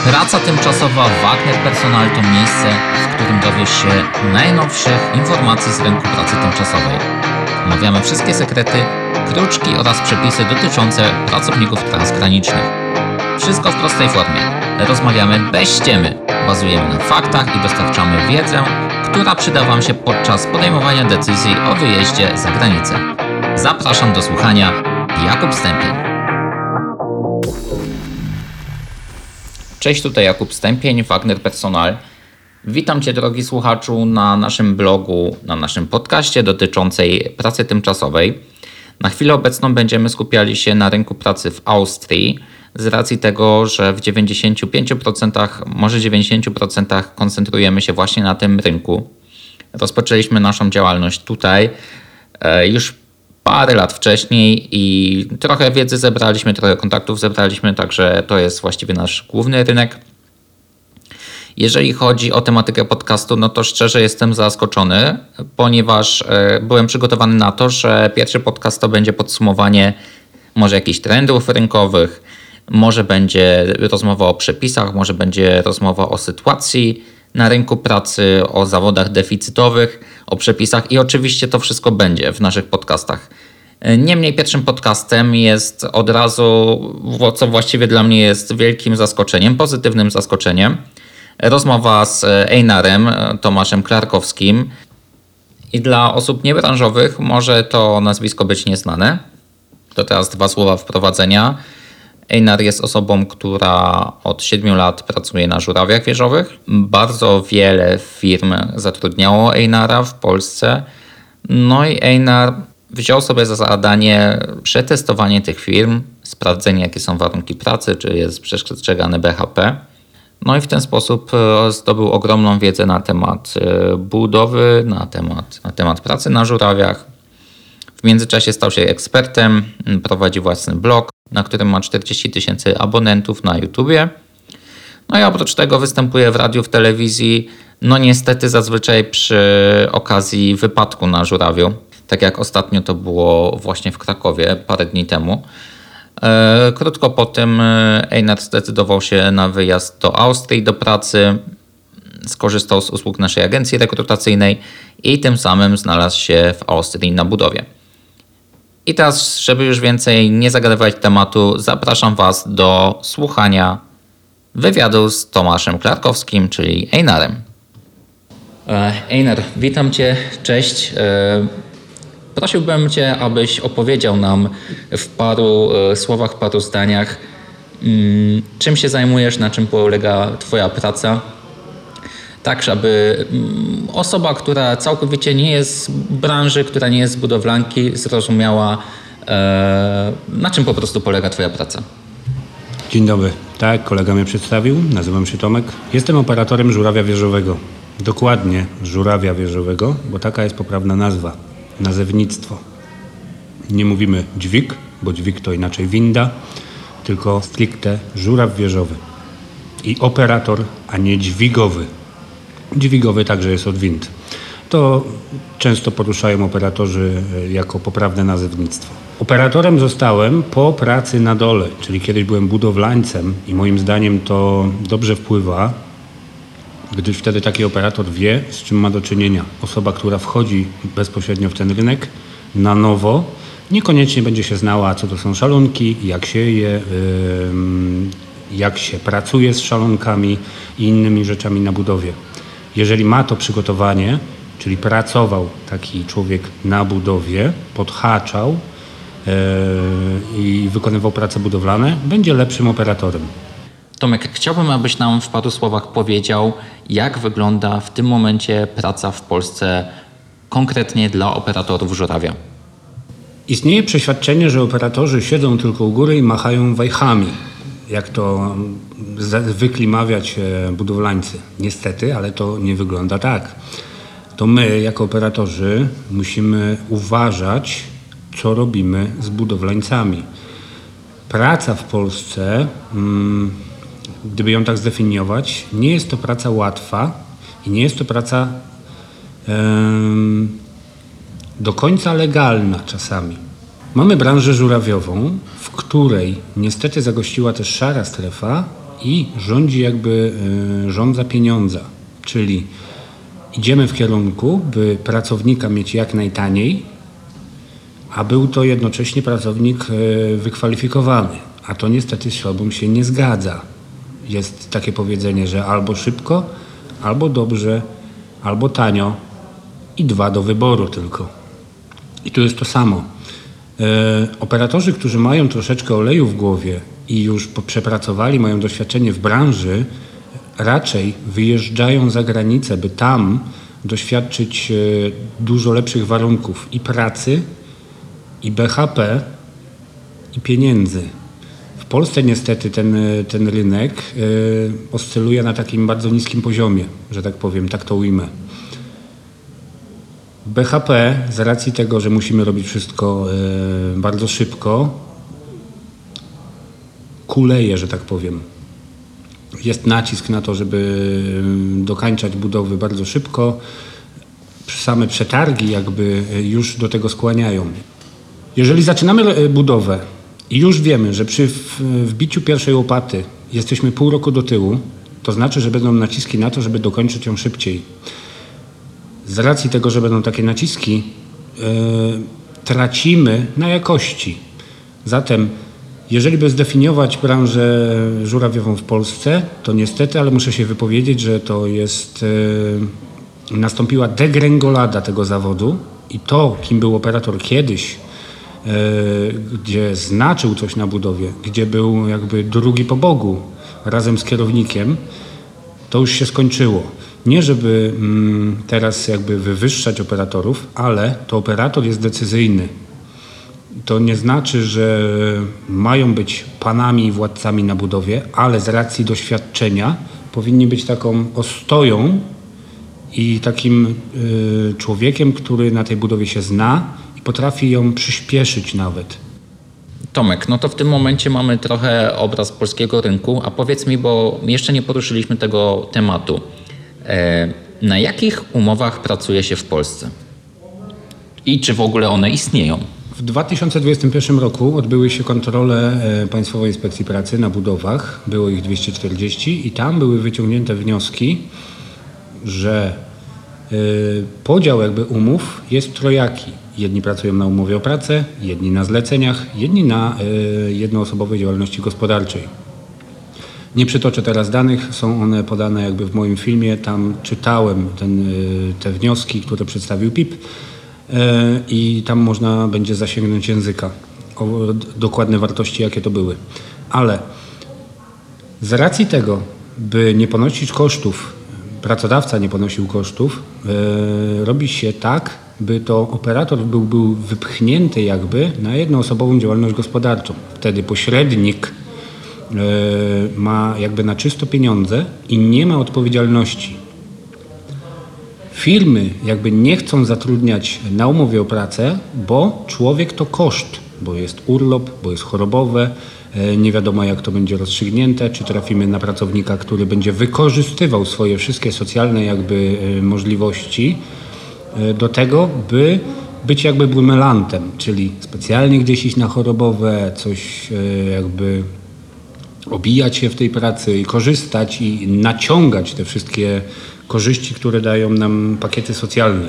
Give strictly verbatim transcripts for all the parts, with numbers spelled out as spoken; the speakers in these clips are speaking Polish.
Praca tymczasowa Wagner Personal to miejsce, w którym dowiesz się najnowszych informacji z rynku pracy tymczasowej. Omawiamy wszystkie sekrety, kruczki oraz przepisy dotyczące pracowników transgranicznych. Wszystko w prostej formie. Rozmawiamy bez ściemy, bazujemy na faktach i dostarczamy wiedzę, która przyda Wam się podczas podejmowania decyzji o wyjeździe za granicę. Zapraszam do słuchania. Jakub Stępień. Cześć, tutaj Jakub Stępień, Wagner Personal. Witam Cię, drogi słuchaczu, na naszym blogu, na naszym podcaście dotyczącej pracy tymczasowej. Na chwilę obecną będziemy skupiali się na rynku pracy w Austrii, z racji tego, że w dziewięćdziesięciu pięciu procentach, może dziewięćdziesięciu procentach koncentrujemy się właśnie na tym rynku. Rozpoczęliśmy naszą działalność tutaj e, już parę lat wcześniej i trochę wiedzy zebraliśmy, trochę kontaktów zebraliśmy, także to jest właściwie nasz główny rynek. Jeżeli chodzi o tematykę podcastu, no to szczerze jestem zaskoczony, ponieważ e, byłem przygotowany na to, że pierwszy podcast to będzie podsumowanie może jakichś trendów rynkowych, może będzie rozmowa o przepisach, może będzie rozmowa o sytuacji na rynku pracy, o zawodach deficytowych, o przepisach i oczywiście to wszystko będzie w naszych podcastach. Niemniej pierwszym podcastem jest od razu, co właściwie dla mnie jest wielkim zaskoczeniem, pozytywnym zaskoczeniem, rozmowa z Einarem Tomaszem Klarkowskim. I dla osób niebranżowych może to nazwisko być nieznane. To teraz dwa słowa wprowadzenia. Einar jest osobą, która od siedmiu lat pracuje na żurawiach wieżowych. Bardzo wiele firm zatrudniało Einara w Polsce. No i Einar wziął sobie za zadanie przetestowanie tych firm, sprawdzenie, jakie są warunki pracy, czy jest przestrzegane B H P. No i w ten sposób zdobył ogromną wiedzę na temat budowy, na temat, na temat pracy na żurawiach. W międzyczasie stał się ekspertem, prowadzi własny blog, na którym ma czterdzieści tysięcy abonentów na YouTubie. No i oprócz tego występuje w radiu, w telewizji, no niestety zazwyczaj przy okazji wypadku na żurawiu. Tak jak ostatnio to było właśnie w Krakowie parę dni temu. Krótko po tym Einar zdecydował się na wyjazd do Austrii do pracy. Skorzystał z usług naszej agencji rekrutacyjnej i tym samym znalazł się w Austrii na budowie. I teraz, żeby już więcej nie zagadywać tematu, zapraszam Was do słuchania wywiadu z Tomaszem Klarkowskim, czyli Einarem. Einar, witam Cię, cześć. Prosiłbym Cię, abyś opowiedział nam w paru słowach, paru zdaniach, czym się zajmujesz, na czym polega Twoja praca. Tak, żeby osoba, która całkowicie nie jest z branży, która nie jest z budowlanki, zrozumiała, na czym po prostu polega Twoja praca. Dzień dobry. Tak, kolega mnie przedstawił. Nazywam się Tomek. Jestem operatorem żurawia wieżowego. Dokładnie żurawia wieżowego, bo taka jest poprawna nazwa. Nazewnictwo. Nie mówimy dźwig, bo dźwig to inaczej winda, tylko stricte żuraw wieżowy. I operator, a nie dźwigowy. Dźwigowy także jest od wind. To często poruszają operatorzy jako poprawne nazewnictwo. Operatorem zostałem po pracy na dole, czyli kiedyś byłem budowlańcem i moim zdaniem to dobrze wpływa, gdyż wtedy taki operator wie, z czym ma do czynienia. Osoba, która wchodzi bezpośrednio w ten rynek na nowo, niekoniecznie będzie się znała, co to są szalonki, jak się je, yy, jak się pracuje z szalonkami i innymi rzeczami na budowie. Jeżeli ma to przygotowanie, czyli pracował taki człowiek na budowie, podhaczał yy, i wykonywał prace budowlane, będzie lepszym operatorem. Tomek, chciałbym, abyś nam w paru słowach powiedział, jak wygląda w tym momencie praca w Polsce konkretnie dla operatorów żurawia. Istnieje przeświadczenie, że operatorzy siedzą tylko u góry i machają wajchami, jak to zwykli mawiać budowlańcy. Niestety, ale to nie wygląda tak. To my, jako operatorzy, musimy uważać, co robimy z budowlańcami. Praca w Polsce, gdyby ją tak zdefiniować, nie jest to praca łatwa i nie jest to praca do końca legalna czasami. Mamy branżę żurawiową, w której niestety zagościła też szara strefa i rządzi jakby y, rządza pieniądza, czyli idziemy w kierunku, by pracownika mieć jak najtaniej, a był to jednocześnie pracownik y, wykwalifikowany, a to niestety z sobą się nie zgadza. Jest takie powiedzenie, że albo szybko, albo dobrze, albo tanio i dwa do wyboru tylko. I tu jest to samo. E, operatorzy, którzy mają troszeczkę oleju w głowie i już przepracowali, mają doświadczenie w branży, raczej wyjeżdżają za granicę, by tam doświadczyć e, dużo lepszych warunków i pracy, i B H P, i pieniędzy. W Polsce niestety ten, ten rynek y, oscyluje na takim bardzo niskim poziomie, że tak powiem, tak to ujmę. B H P z racji tego, że musimy robić wszystko y, bardzo szybko, kuleje, że tak powiem. Jest nacisk na to, żeby dokańczać budowy bardzo szybko. Same przetargi jakby już do tego skłaniają. Jeżeli zaczynamy budowę i już wiemy, że przy wbiciu pierwszej łopaty jesteśmy pół roku do tyłu, to znaczy, że będą naciski na to, żeby dokończyć ją szybciej. Z racji tego, że będą takie naciski, yy, tracimy na jakości. Zatem, jeżeli by zdefiniować branżę żurawiową w Polsce, to niestety, ale muszę się wypowiedzieć, że to jest, yy, nastąpiła degrengolada tego zawodu i to, kim był operator kiedyś, gdzie znaczył coś na budowie, gdzie był jakby drugi po Bogu razem z kierownikiem, to już się skończyło. Nie żeby mm, teraz jakby wywyższać operatorów, ale to operator jest decyzyjny. To nie znaczy, że mają być panami i władcami na budowie, ale z racji doświadczenia powinni być taką ostoją i takim y, człowiekiem, który na tej budowie się zna, potrafi ją przyspieszyć nawet. Tomek, no to w tym momencie mamy trochę obraz polskiego rynku, a powiedz mi, bo jeszcze nie poruszyliśmy tego tematu. E, na jakich umowach pracuje się w Polsce? I czy w ogóle one istnieją? W dwa tysiące dwudziestym pierwszym roku odbyły się kontrole Państwowej Inspekcji Pracy na budowach. Było ich dwieście czterdzieści i tam były wyciągnięte wnioski, że y, podział jakby umów jest trojaki. Jedni pracują na umowie o pracę, jedni na zleceniach, jedni na y, jednoosobowej działalności gospodarczej. Nie przytoczę teraz danych, są one podane jakby w moim filmie, tam czytałem ten, y, te wnioski, które przedstawił P I P y, i tam można będzie zasięgnąć języka o dokładne wartości, jakie to były. Ale z racji tego, by nie ponosić kosztów, pracodawca nie ponosił kosztów, y, robi się tak, by to operator był, był wypchnięty jakby na jednoosobową działalność gospodarczą. Wtedy pośrednik y, ma jakby na czysto pieniądze i nie ma odpowiedzialności. Firmy jakby nie chcą zatrudniać na umowie o pracę, bo człowiek to koszt, bo jest urlop, bo jest chorobowe, y, nie wiadomo jak to będzie rozstrzygnięte, czy trafimy na pracownika, który będzie wykorzystywał swoje wszystkie socjalne jakby y, możliwości do tego, by być jakby bumelantem, czyli specjalnie gdzieś iść na chorobowe, coś jakby obijać się w tej pracy i korzystać i naciągać te wszystkie korzyści, które dają nam pakiety socjalne.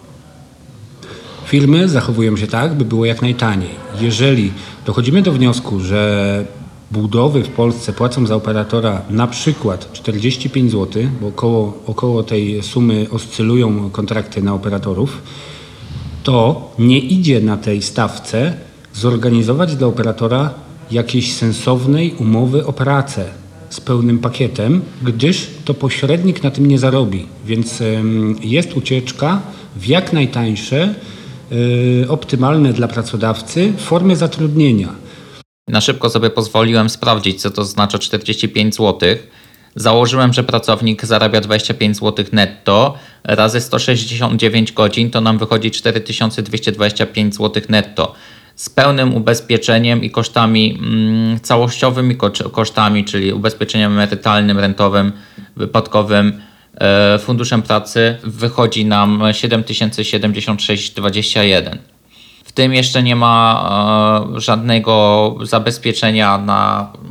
Firmy zachowują się tak, by było jak najtaniej. Jeżeli dochodzimy do wniosku, że budowy w Polsce płacą za operatora na przykład czterdzieści pięć złotych, bo około, około tej sumy oscylują kontrakty na operatorów, to nie idzie na tej stawce zorganizować dla operatora jakiejś sensownej umowy o pracę z pełnym pakietem, gdyż to pośrednik na tym nie zarobi. Więc jest ucieczka w jak najtańsze, optymalne dla pracodawcy formy zatrudnienia. Na szybko sobie pozwoliłem sprawdzić, co to znaczy czterdzieści pięć złotych. Założyłem, że pracownik zarabia dwadzieścia pięć złotych netto, razy sto sześćdziesiąt dziewięć godzin to nam wychodzi cztery tysiące dwieście dwadzieścia pięć złotych netto. Z pełnym ubezpieczeniem i kosztami mm, całościowymi kosztami, czyli ubezpieczeniem emerytalnym, rentowym, wypadkowym, e, funduszem pracy wychodzi nam siedem tysięcy siedemdziesiąt sześć złotych dwadzieścia jeden. W tym jeszcze nie ma e, żadnego zabezpieczenia na,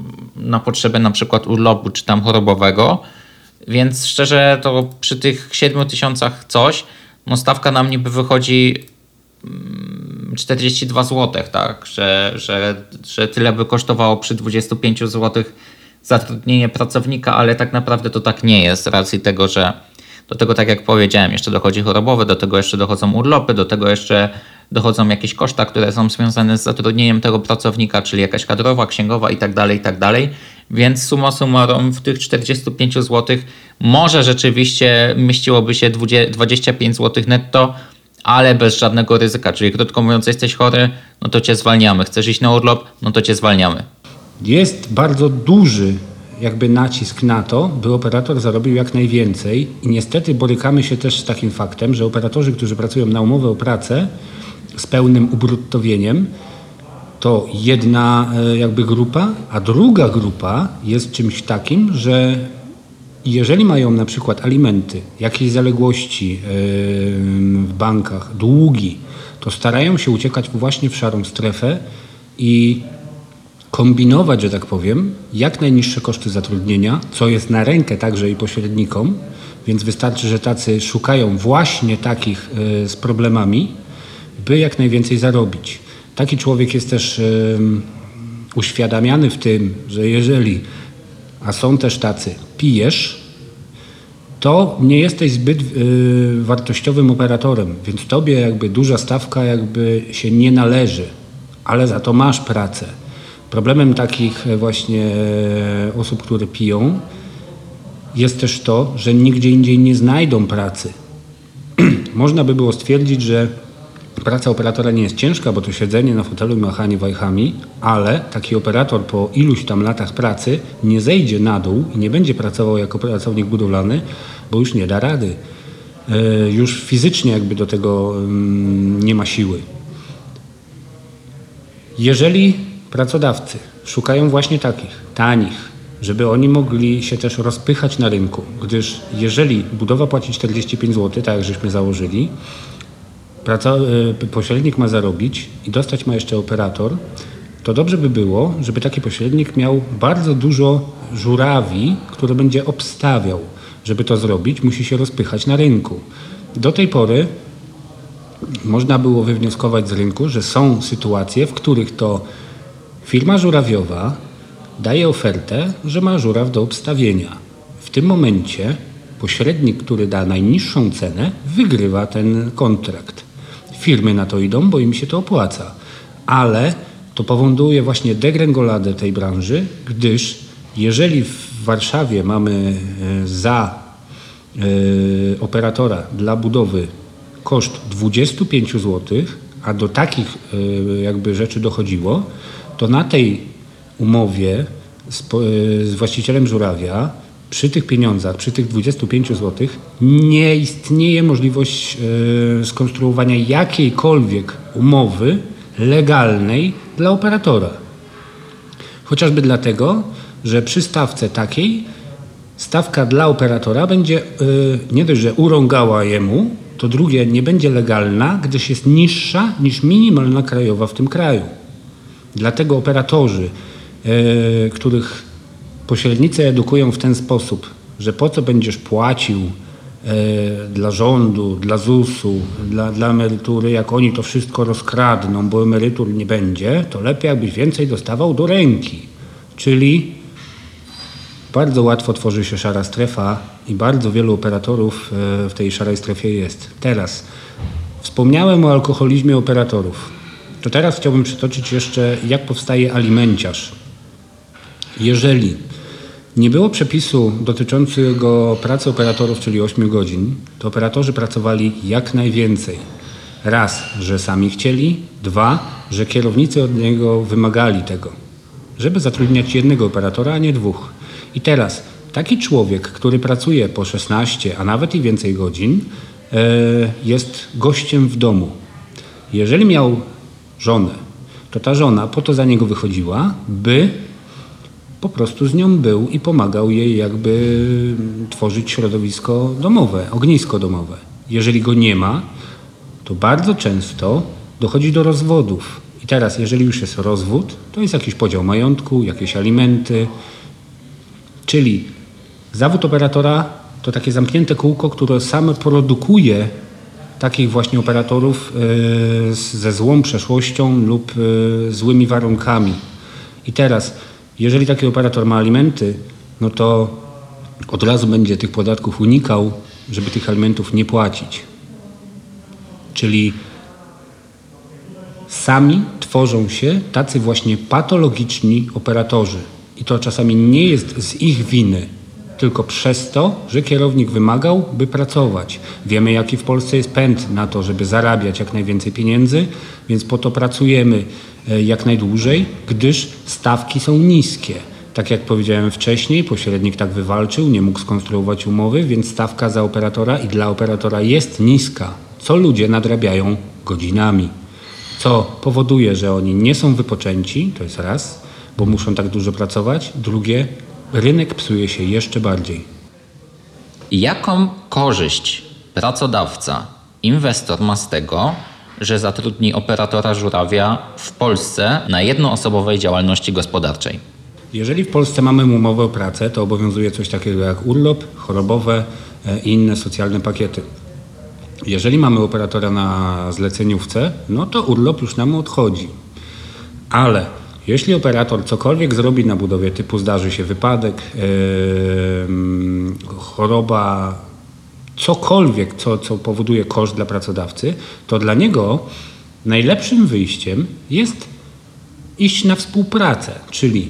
na potrzeby na przykład urlopu czy tam chorobowego, więc szczerze to przy tych siedmiu tysiącach coś, no stawka nam niby wychodzi czterdzieści dwa złote, tak? Że, że, że tyle by kosztowało przy dwudziestu pięciu złotych zatrudnienie pracownika, ale tak naprawdę to tak nie jest z racji tego, że do tego, tak jak powiedziałem, jeszcze dochodzi chorobowe, do tego jeszcze dochodzą urlopy, do tego jeszcze dochodzą jakieś koszta, które są związane z zatrudnieniem tego pracownika, czyli jakaś kadrowa, księgowa i tak dalej, i tak dalej. Więc summa summarum w tych czterdziestu pięciu złotych może rzeczywiście mieściłoby się dwadzieścia pięć złotych netto, ale bez żadnego ryzyka. Czyli krótko mówiąc, jesteś chory, no to cię zwalniamy. Chcesz iść na urlop, no to cię zwalniamy. Jest bardzo duży jakby nacisk na to, by operator zarobił jak najwięcej i niestety borykamy się też z takim faktem, że operatorzy, którzy pracują na umowę o pracę z pełnym ubruttowieniem, to jedna jakby grupa, a druga grupa jest czymś takim, że jeżeli mają na przykład alimenty, jakieś zaległości w bankach, długi, to starają się uciekać właśnie w szarą strefę i kombinować, że tak powiem, jak najniższe koszty zatrudnienia, co jest na rękę także i pośrednikom, więc wystarczy, że tacy szukają właśnie takich z problemami, by jak najwięcej zarobić. Taki człowiek jest też uświadamiany w tym, że jeżeli, a są też tacy, pijesz, to nie jesteś zbyt y, wartościowym operatorem, więc tobie jakby duża stawka jakby się nie należy, ale za to masz pracę. Problemem takich właśnie osób, które piją, jest też to, że nigdzie indziej nie znajdą pracy. Można by było stwierdzić, że praca operatora nie jest ciężka, bo to siedzenie na fotelu i machanie wajchami, ale taki operator po iluś tam latach pracy nie zejdzie na dół i nie będzie pracował jako pracownik budowlany, bo już nie da rady. Yy, już fizycznie jakby do tego yy, nie ma siły. Jeżeli pracodawcy szukają właśnie takich, tanich, żeby oni mogli się też rozpychać na rynku, gdyż jeżeli budowa płaci czterdzieści pięć złotych, tak jak żeśmy założyli, praca, y, pośrednik ma zarobić i dostać ma jeszcze operator, to dobrze by było, żeby taki pośrednik miał bardzo dużo żurawi, które będzie obstawiał. Żeby to zrobić, musi się rozpychać na rynku. Do tej pory można było wywnioskować z rynku, że są sytuacje, w których to firma żurawiowa daje ofertę, że ma żuraw do obstawienia. W tym momencie pośrednik, który da najniższą cenę, wygrywa ten kontrakt. Firmy na to idą, bo im się to opłaca. Ale to powoduje właśnie degrengoladę tej branży, gdyż jeżeli w Warszawie mamy za y, operatora dla budowy koszt dwadzieścia pięć złotych, a do takich y, jakby rzeczy dochodziło, to na tej umowie z, y, z właścicielem żurawia przy tych pieniądzach, przy tych dwudziestu pięciu złotych nie istnieje możliwość y, skonstruowania jakiejkolwiek umowy legalnej dla operatora. Chociażby dlatego, że przy stawce takiej stawka dla operatora będzie yy, nie dość, że urągała jemu, to drugie nie będzie legalna, gdyż jest niższa niż minimalna krajowa w tym kraju. Dlatego operatorzy, yy, których pośrednicy edukują w ten sposób, że po co będziesz płacił yy, dla rządu, dla zusu, dla, dla emerytury, jak oni to wszystko rozkradną, bo emerytur nie będzie, to lepiej jakbyś więcej dostawał do ręki. Czyli bardzo łatwo tworzy się szara strefa i bardzo wielu operatorów w tej szarej strefie jest. Teraz wspomniałem o alkoholizmie operatorów. To teraz chciałbym przytoczyć jeszcze, jak powstaje alimenciarz. Jeżeli nie było przepisu dotyczącego pracy operatorów, czyli ośmiu godzin, to operatorzy pracowali jak najwięcej. Raz, że sami chcieli, dwa, że kierownicy od niego wymagali tego, żeby zatrudniać jednego operatora, a nie dwóch. I teraz taki człowiek, który pracuje po szesnaście, a nawet i więcej godzin, jest gościem w domu. Jeżeli miał żonę, to ta żona po to za niego wychodziła, by po prostu z nią był i pomagał jej jakby tworzyć środowisko domowe, ognisko domowe. Jeżeli go nie ma, to bardzo często dochodzi do rozwodów. I teraz, jeżeli już jest rozwód, to jest jakiś podział majątku, jakieś alimenty, czyli zawód operatora to takie zamknięte kółko, które same produkuje takich właśnie operatorów yy, ze złą przeszłością lub yy, złymi warunkami. I teraz, jeżeli taki operator ma alimenty, no to od razu będzie tych podatków unikał, żeby tych alimentów nie płacić. Czyli sami tworzą się tacy właśnie patologiczni operatorzy. I to czasami nie jest z ich winy, tylko przez to, że kierownik wymagał, by pracować. Wiemy, jaki w Polsce jest pęd na to, żeby zarabiać jak najwięcej pieniędzy, więc po to pracujemy jak najdłużej, gdyż stawki są niskie. Tak jak powiedziałem wcześniej, pośrednik tak wywalczył, nie mógł skonstruować umowy, więc stawka za operatora i dla operatora jest niska, co ludzie nadrabiają godzinami. Co powoduje, że oni nie są wypoczęci, to jest raz, bo muszą tak dużo pracować. Drugie, rynek psuje się jeszcze bardziej. Jaką korzyść pracodawca, inwestor ma z tego, że zatrudni operatora żurawia w Polsce na jednoosobowej działalności gospodarczej? Jeżeli w Polsce mamy umowę o pracę, to obowiązuje coś takiego jak urlop, chorobowe i inne socjalne pakiety. Jeżeli mamy operatora na zleceniówce, no to urlop już nam odchodzi. Ale jeśli operator cokolwiek zrobi na budowie, typu zdarzy się wypadek, yy, choroba, cokolwiek, co, co powoduje koszt dla pracodawcy, to dla niego najlepszym wyjściem jest iść na współpracę, czyli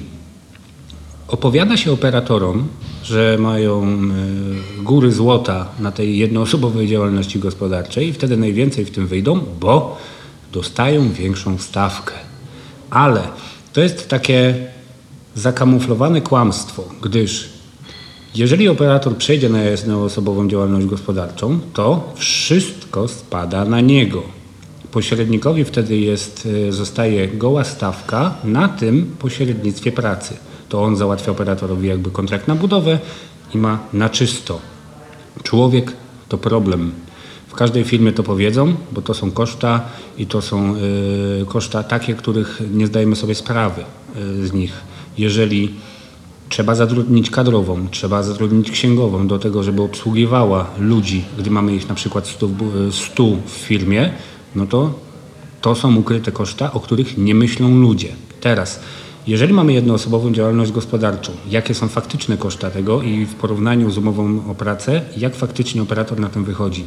opowiada się operatorom, że mają y, góry złota na tej jednoosobowej działalności gospodarczej i wtedy najwięcej w tym wyjdą, bo dostają większą stawkę. Ale to jest takie zakamuflowane kłamstwo, gdyż jeżeli operator przejdzie na jednoosobową działalność gospodarczą, to wszystko spada na niego. Pośrednikowi wtedy jest, zostaje goła stawka na tym pośrednictwie pracy. To on załatwia operatorowi jakby kontrakt na budowę i ma na czysto. Człowiek to problem. W każdej firmie to powiedzą, bo to są koszta i to są y, koszta takie, których nie zdajemy sobie sprawy y, z nich. Jeżeli trzeba zatrudnić kadrową, trzeba zatrudnić księgową do tego, żeby obsługiwała ludzi, gdy mamy ich na przykład stu w firmie, no to to są ukryte koszta, o których nie myślą ludzie. Teraz, jeżeli mamy jednoosobową działalność gospodarczą, jakie są faktyczne koszta tego i w porównaniu z umową o pracę, jak faktycznie operator na tym wychodzi?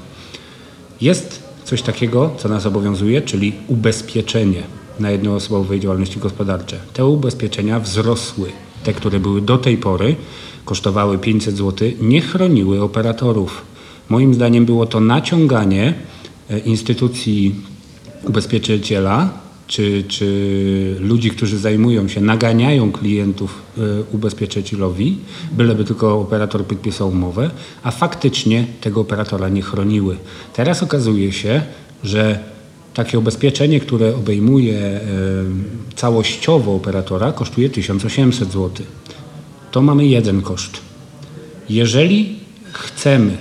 Jest coś takiego, co nas obowiązuje, czyli ubezpieczenie na jednoosobowej działalności gospodarczej. Te ubezpieczenia wzrosły. Te, które były do tej pory, kosztowały pięćset złotych, nie chroniły operatorów. Moim zdaniem było to naciąganie instytucji ubezpieczyciela, czy, czy ludzi, którzy zajmują się, naganiają klientów y, ubezpieczycielowi, byleby tylko operator podpisał umowę, a faktycznie tego operatora nie chroniły. Teraz okazuje się, że takie ubezpieczenie, które obejmuje y, całościowo operatora, kosztuje tysiąc osiemset złotych. To mamy jeden koszt. Jeżeli chcemy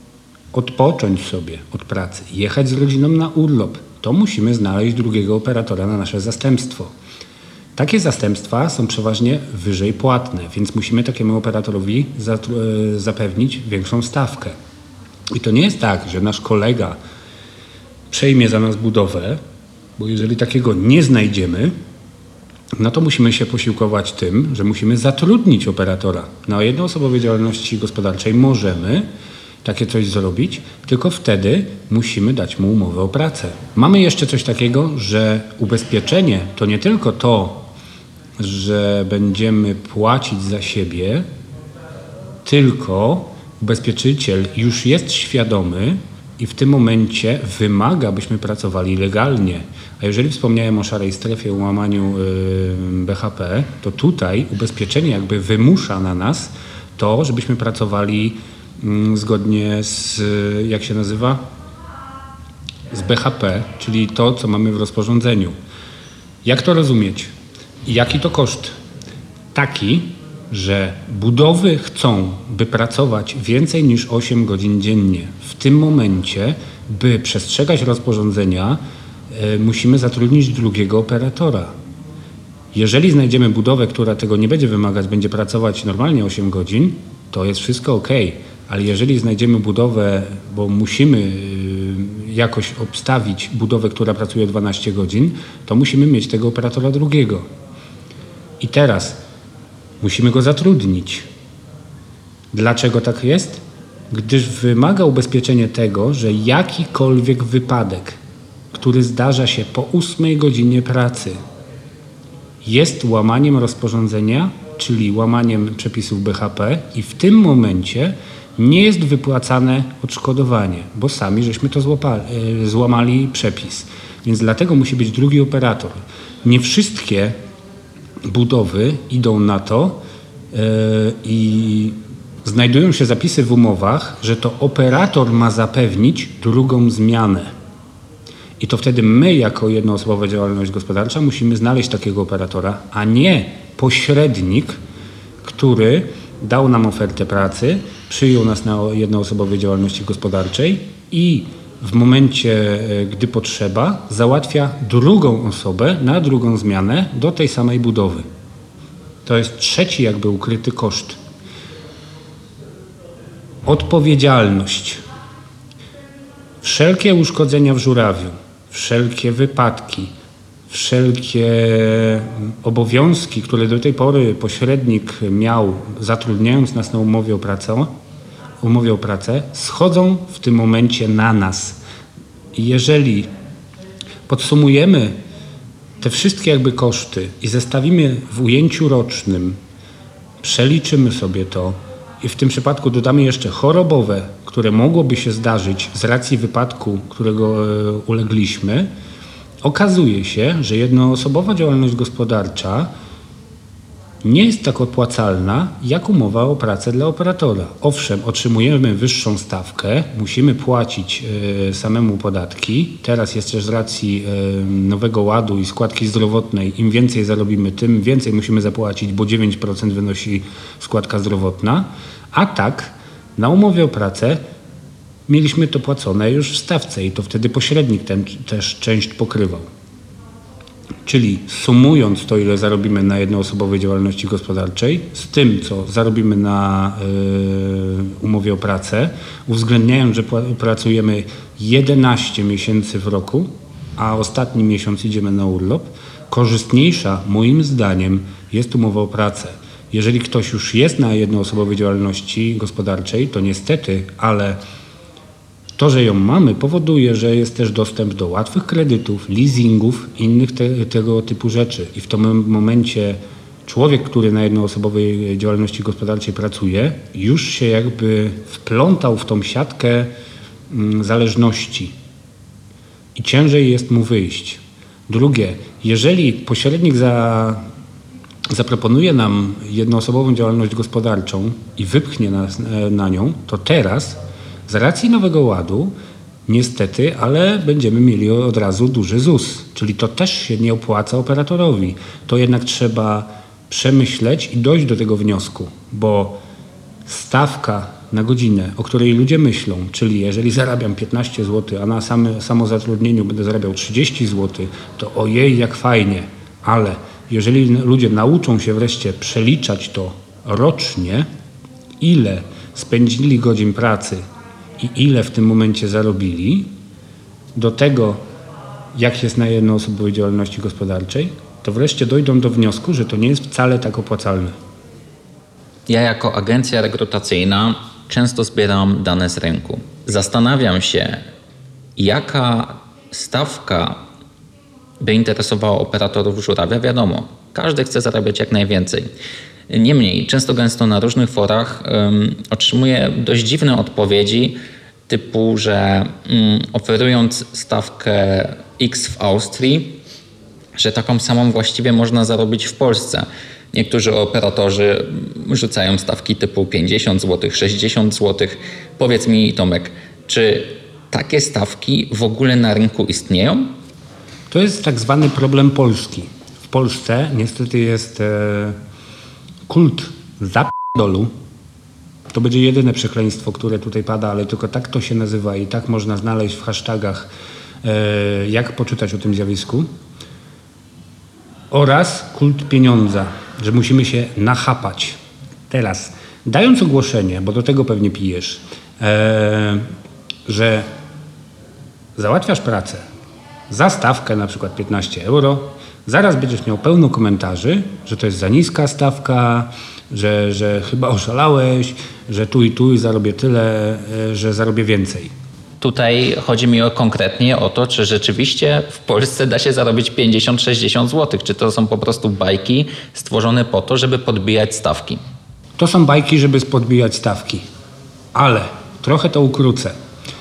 odpocząć sobie od pracy, jechać z rodziną na urlop, to musimy znaleźć drugiego operatora na nasze zastępstwo. Takie zastępstwa są przeważnie wyżej płatne, więc musimy takiemu operatorowi zapewnić większą stawkę. I to nie jest tak, że nasz kolega przejmie za nas budowę, bo jeżeli takiego nie znajdziemy, no to musimy się posiłkować tym, że musimy zatrudnić operatora. Na jednoosobowej działalności gospodarczej możemy takie coś zrobić, tylko wtedy musimy dać mu umowę o pracę. Mamy jeszcze coś takiego, że ubezpieczenie to nie tylko to, że będziemy płacić za siebie, tylko ubezpieczyciel już jest świadomy i w tym momencie wymaga, byśmy pracowali legalnie. A jeżeli wspomniałem o szarej strefie, łamaniu yy, B H P, to tutaj ubezpieczenie jakby wymusza na nas to, żebyśmy pracowali zgodnie z, jak się nazywa? Z B H P, czyli to, co mamy w rozporządzeniu. Jak to rozumieć? I jaki to koszt? Taki, że budowy chcą, by pracować więcej niż osiem godzin dziennie. W tym momencie, by przestrzegać rozporządzenia, y, musimy zatrudnić drugiego operatora. Jeżeli znajdziemy budowę, która tego nie będzie wymagać, będzie pracować normalnie osiem godzin, to jest wszystko ok. Ale jeżeli znajdziemy budowę, bo musimy y, jakoś obstawić budowę, która pracuje dwanaście godzin, to musimy mieć tego operatora drugiego. I teraz musimy go zatrudnić. Dlaczego tak jest? Gdyż wymaga ubezpieczenie tego, że jakikolwiek wypadek, który zdarza się po ósmej godzinie pracy, jest łamaniem rozporządzenia, czyli łamaniem przepisów B H P i w tym momencie nie jest wypłacane odszkodowanie, bo sami żeśmy to złapali, złamali przepis. Więc dlatego musi być drugi operator. Nie wszystkie budowy idą na to yy, i znajdują się zapisy w umowach, że to operator ma zapewnić drugą zmianę. I to wtedy my, jako jednoosobowa działalność gospodarcza, musimy znaleźć takiego operatora, a nie pośrednik, który dał nam ofertę pracy, przyjął nas na jednoosobowej działalności gospodarczej i w momencie, gdy potrzeba, załatwia drugą osobę na drugą zmianę do tej samej budowy. To jest trzeci jakby ukryty koszt. Odpowiedzialność. Wszelkie uszkodzenia w żurawiu, wszelkie wypadki, wszelkie obowiązki, które do tej pory pośrednik miał, zatrudniając nas na umowie o pracę, umowie o pracę, schodzą w tym momencie na nas. I jeżeli podsumujemy te wszystkie jakby koszty i zestawimy w ujęciu rocznym, przeliczymy sobie to i w tym przypadku dodamy jeszcze chorobowe, które mogłoby się zdarzyć z racji wypadku, którego ulegliśmy, okazuje się, że jednoosobowa działalność gospodarcza nie jest tak opłacalna jak umowa o pracę dla operatora. Owszem, otrzymujemy wyższą stawkę, musimy płacić y, samemu podatki. Teraz jeszcze z racji y, Nowego Ładu i składki zdrowotnej, im więcej zarobimy, tym więcej musimy zapłacić, bo dziewięć procent wynosi składka zdrowotna. A tak, na umowie o pracę mieliśmy to płacone już w stawce i to wtedy pośrednik ten też część pokrywał. Czyli sumując to, ile zarobimy na jednoosobowej działalności gospodarczej, z tym, co zarobimy na y, umowie o pracę, uwzględniając, że pracujemy jedenaście miesięcy w roku, a ostatni miesiąc idziemy na urlop, korzystniejsza moim zdaniem jest umowa o pracę. Jeżeli ktoś już jest na jednoosobowej działalności gospodarczej, to niestety, ale to, że ją mamy, powoduje, że jest też dostęp do łatwych kredytów, leasingów, innych te, tego typu rzeczy. I w tym momencie człowiek, który na jednoosobowej działalności gospodarczej pracuje, już się jakby wplątał w tą siatkę mm, zależności i ciężej jest mu wyjść. Drugie, jeżeli pośrednik za, zaproponuje nam jednoosobową działalność gospodarczą i wypchnie nas na nią, to teraz z racji Nowego Ładu, niestety, ale będziemy mieli od razu duży Z U S, czyli to też się nie opłaca operatorowi. To jednak trzeba przemyśleć i dojść do tego wniosku, bo stawka na godzinę, o której ludzie myślą, czyli jeżeli zarabiam piętnaście złotych, a na same, samozatrudnieniu będę zarabiał trzydzieści złotych, to ojej, jak fajnie, ale jeżeli ludzie nauczą się wreszcie przeliczać to rocznie, ile spędzili godzin pracy i ile w tym momencie zarobili, do tego, jak jest na jednoosobowej działalności gospodarczej, to wreszcie dojdą do wniosku, że to nie jest wcale tak opłacalne. Ja jako agencja rekrutacyjna często zbieram dane z rynku. Zastanawiam się, jaka stawka by interesowała operatorów żurawia. Wiadomo, każdy chce zarabiać jak najwięcej. Niemniej, często gęsto na różnych forach um, otrzymuję dość dziwne odpowiedzi typu, że um, oferując stawkę X w Austrii, że taką samą właściwie można zarobić w Polsce. Niektórzy operatorzy rzucają stawki typu pięćdziesiąt złotych, sześćdziesiąt złotych. Powiedz mi, Tomek, czy takie stawki w ogóle na rynku istnieją? To jest tak zwany problem Polski. W Polsce niestety jest e, kult zapierdolu. To będzie jedyne przekleństwo, które tutaj pada, ale tylko tak to się nazywa i tak można znaleźć w hashtagach jak poczytać o tym zjawisku, oraz kult pieniądza, że musimy się nachapać. Teraz, dając ogłoszenie, bo do tego pewnie pijesz, że załatwiasz pracę za stawkę na przykład piętnaście euro, zaraz będziesz miał pełno komentarzy, że to jest za niska stawka, że, że chyba oszalałeś, że tu i tu zarobię tyle, że zarobię więcej. Tutaj chodzi mi o, konkretnie o to, czy rzeczywiście w Polsce da się zarobić pięćdziesiąt sześćdziesiąt złotych, czy to są po prostu bajki stworzone po to, żeby podbijać stawki. To są bajki, żeby podbijać stawki, ale trochę to ukrócę.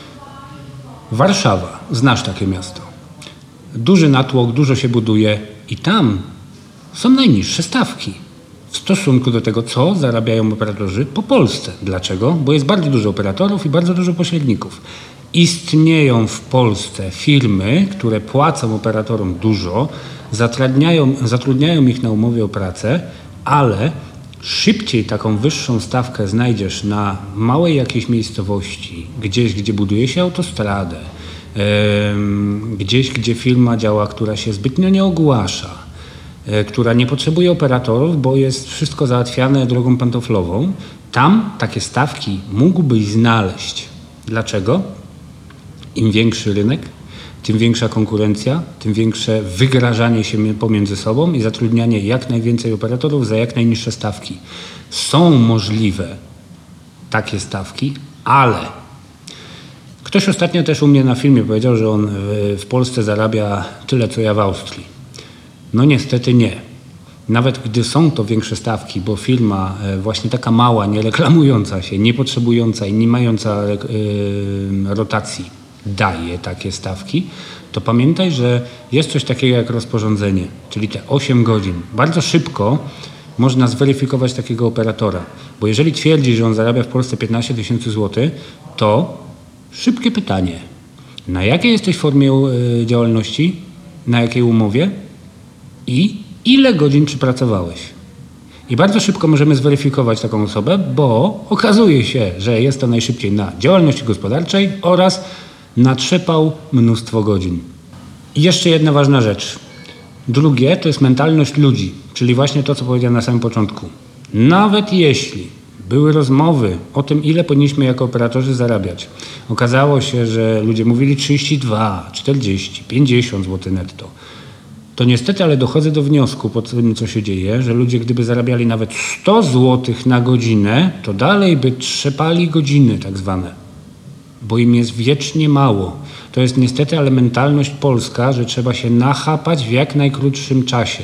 Warszawa, znasz takie miasto. Duży natłok, dużo się buduje i tam są najniższe stawki w stosunku do tego, co zarabiają operatorzy po Polsce. Dlaczego? Bo jest bardzo dużo operatorów i bardzo dużo pośredników. Istnieją w Polsce firmy, które płacą operatorom dużo, zatrudniają, zatrudniają ich na umowie o pracę, ale szybciej taką wyższą stawkę znajdziesz na małej jakiejś miejscowości, gdzieś, gdzie buduje się autostradę, yy, gdzieś, gdzie firma działa, która się zbytnio nie ogłasza, yy, która nie potrzebuje operatorów, bo jest wszystko załatwiane drogą pantoflową. Tam takie stawki mógłbyś znaleźć. Dlaczego? Im większy rynek, tym większa konkurencja, tym większe wygrażanie się pomiędzy sobą i zatrudnianie jak najwięcej operatorów za jak najniższe stawki. Są możliwe takie stawki, ale ktoś ostatnio też u mnie na filmie powiedział, że on w Polsce zarabia tyle, co ja w Austrii. No niestety nie. Nawet gdy są to większe stawki, bo firma właśnie taka mała, nie reklamująca się, nie potrzebująca i nie mająca rotacji daje takie stawki, to pamiętaj, że jest coś takiego jak rozporządzenie, czyli te osiem godzin. Bardzo szybko można zweryfikować takiego operatora, bo jeżeli twierdzi, że on zarabia w Polsce piętnaście tysięcy złotych, to szybkie pytanie, na jakiej jesteś formie działalności, na jakiej umowie i ile godzin przypracowałeś. I bardzo szybko możemy zweryfikować taką osobę, bo okazuje się, że jest to najszybciej na działalności gospodarczej oraz natrzepał mnóstwo godzin. I jeszcze jedna ważna rzecz. Drugie to jest mentalność ludzi, czyli właśnie to, co powiedziałem na samym początku. Nawet jeśli były rozmowy o tym, ile powinniśmy jako operatorzy zarabiać, okazało się, że ludzie mówili trzydzieści dwa, czterdzieści, pięćdziesiąt złotych netto, to niestety, ale dochodzę do wniosku po tym, co się dzieje, że ludzie gdyby zarabiali nawet sto złotych na godzinę, to dalej by trzepali godziny tak zwane. Bo im jest wiecznie mało. To jest niestety ale mentalność polska, że trzeba się nachapać w jak najkrótszym czasie.